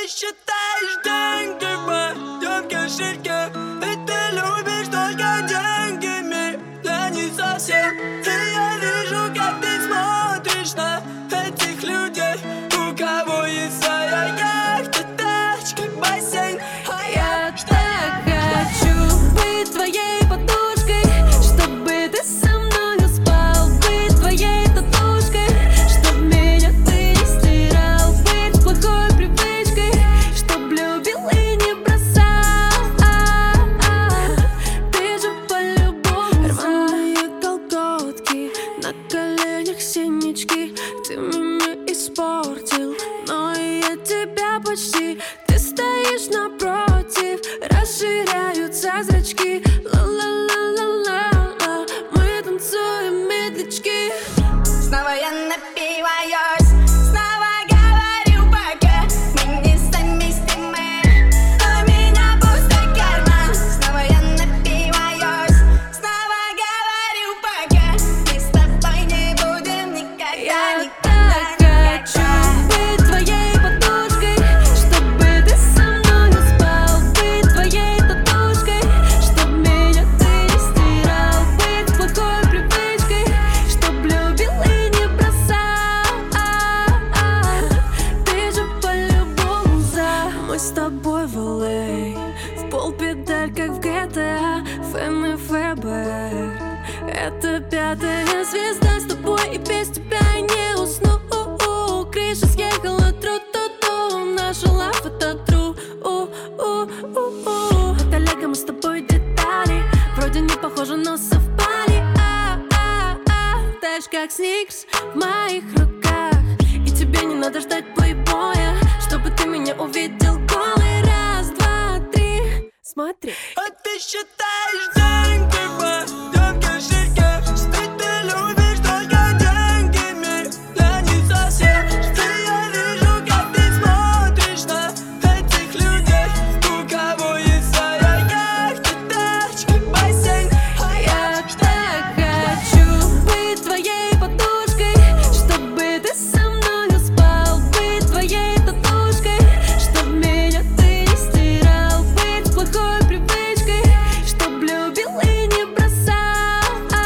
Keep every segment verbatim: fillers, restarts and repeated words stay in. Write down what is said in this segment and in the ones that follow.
считаешь деньги в моем кошельке, и ты любишь только деньгами, я не совсем. И я вижу, как ты смотришь на этих людей, у кого есть своя яхта, тачка, бассейн. А я так хочу быть твоей подушкой, чтобы ты со мною спал, быть твоей татушкой, чтоб меня ты не стирал, быть плохой привычкой, чтоб любил и не бросал. Ты же по-любому рваные колготки, на коленях синячки, ты меня испортил, но я тебя почти. Ты стоишь напротив, расширяются зрачки. Ла-ла-ла-ла-ла-ла, мы танцуем медлячки. Снова я напиваюсь, снова говорю пока, мы несовместимы, у меня пустой карман. Снова я напиваюсь, снова говорю пока, мы с тобой не будем никогда, Я никогда, так хочу быть твоей подушкой, чтобы ты со мною спал, быть твоей татушкой, чтоб меня ты не стирал, быть плохой привычкой, чтоб любил и не бросал. Ты же по-любому за. Мы с тобой в эл эй, в полпедаль, как в джи ти эй, Фэн и ФБР. Это пятая звезда, с тобой и без тебя я не усну. Крыша съехала, тру-ту-ту, наша лав это тру. Это лего, мы с тобой детали, вроде не похожи, но совпали. А-а-а, таешь как сникерс в моих руках, и тебе не надо ждать плейбоя, чтобы ты меня увидел голый. Раз, два, три, смотри. А ты считаешь деньги в моем кошельке, что ты любишь только деньгами, я не совсем. И я вижу, как ты смотришь на этих людей, у кого есть своя яхта, тачка, бассейн. А Я так хочу быть твоей подушкой, чтобы ты со мною спал, быть твоей татушкой, чтоб меня ты не стирал, быть плохой привычкой, чтоб любил и не бросал.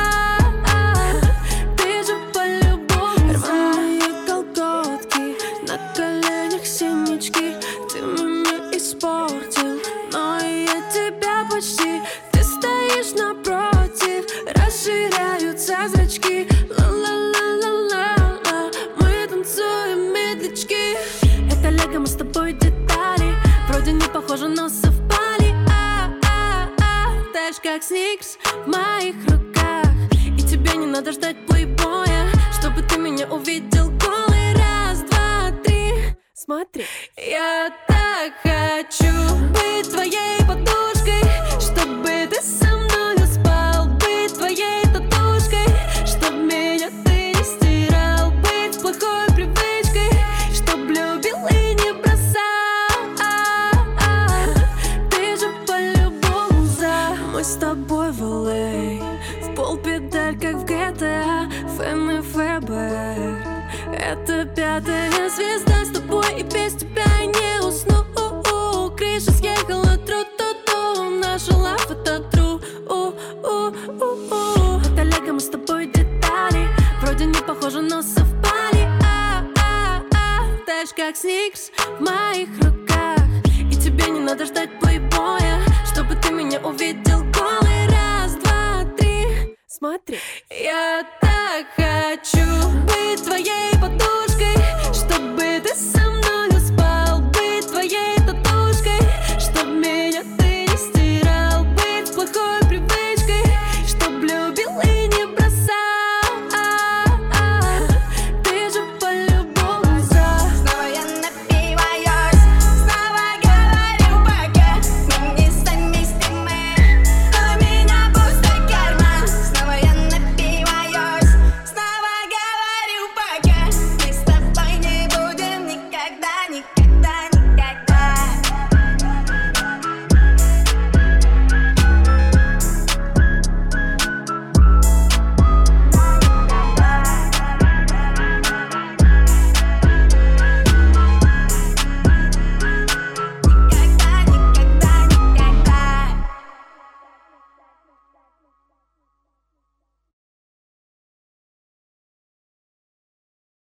Ты же по-любому рваные колготки, на коленях синячки, ты меня испортил, но я тебя почти. Ты стоишь напротив, расширяются зрачки. Ла-ла-ла-ла-ла-ла, мы танцуем медлячки. Это лего, мы с тобой детали, вроде не похожи, но совпали. А-а-а, таешь как сникерс в моих руках, и тебе не надо ждать плейбоя, чтобы ты меня увидел голый. Раз, два, три, смотри. Я так хочу быть твоей подушкой, чтобы ты со мною спал, быть твоей татушкой, чтоб меня ты не стирал, быть плохой привычкой, чтоб любил и не бросал. Ты же по-любому за. Мы с тобой в эл эй, в полпедаль, как в джи ти эй, Фэн и ФБР. Это пятая звезда, с тобой и без тебя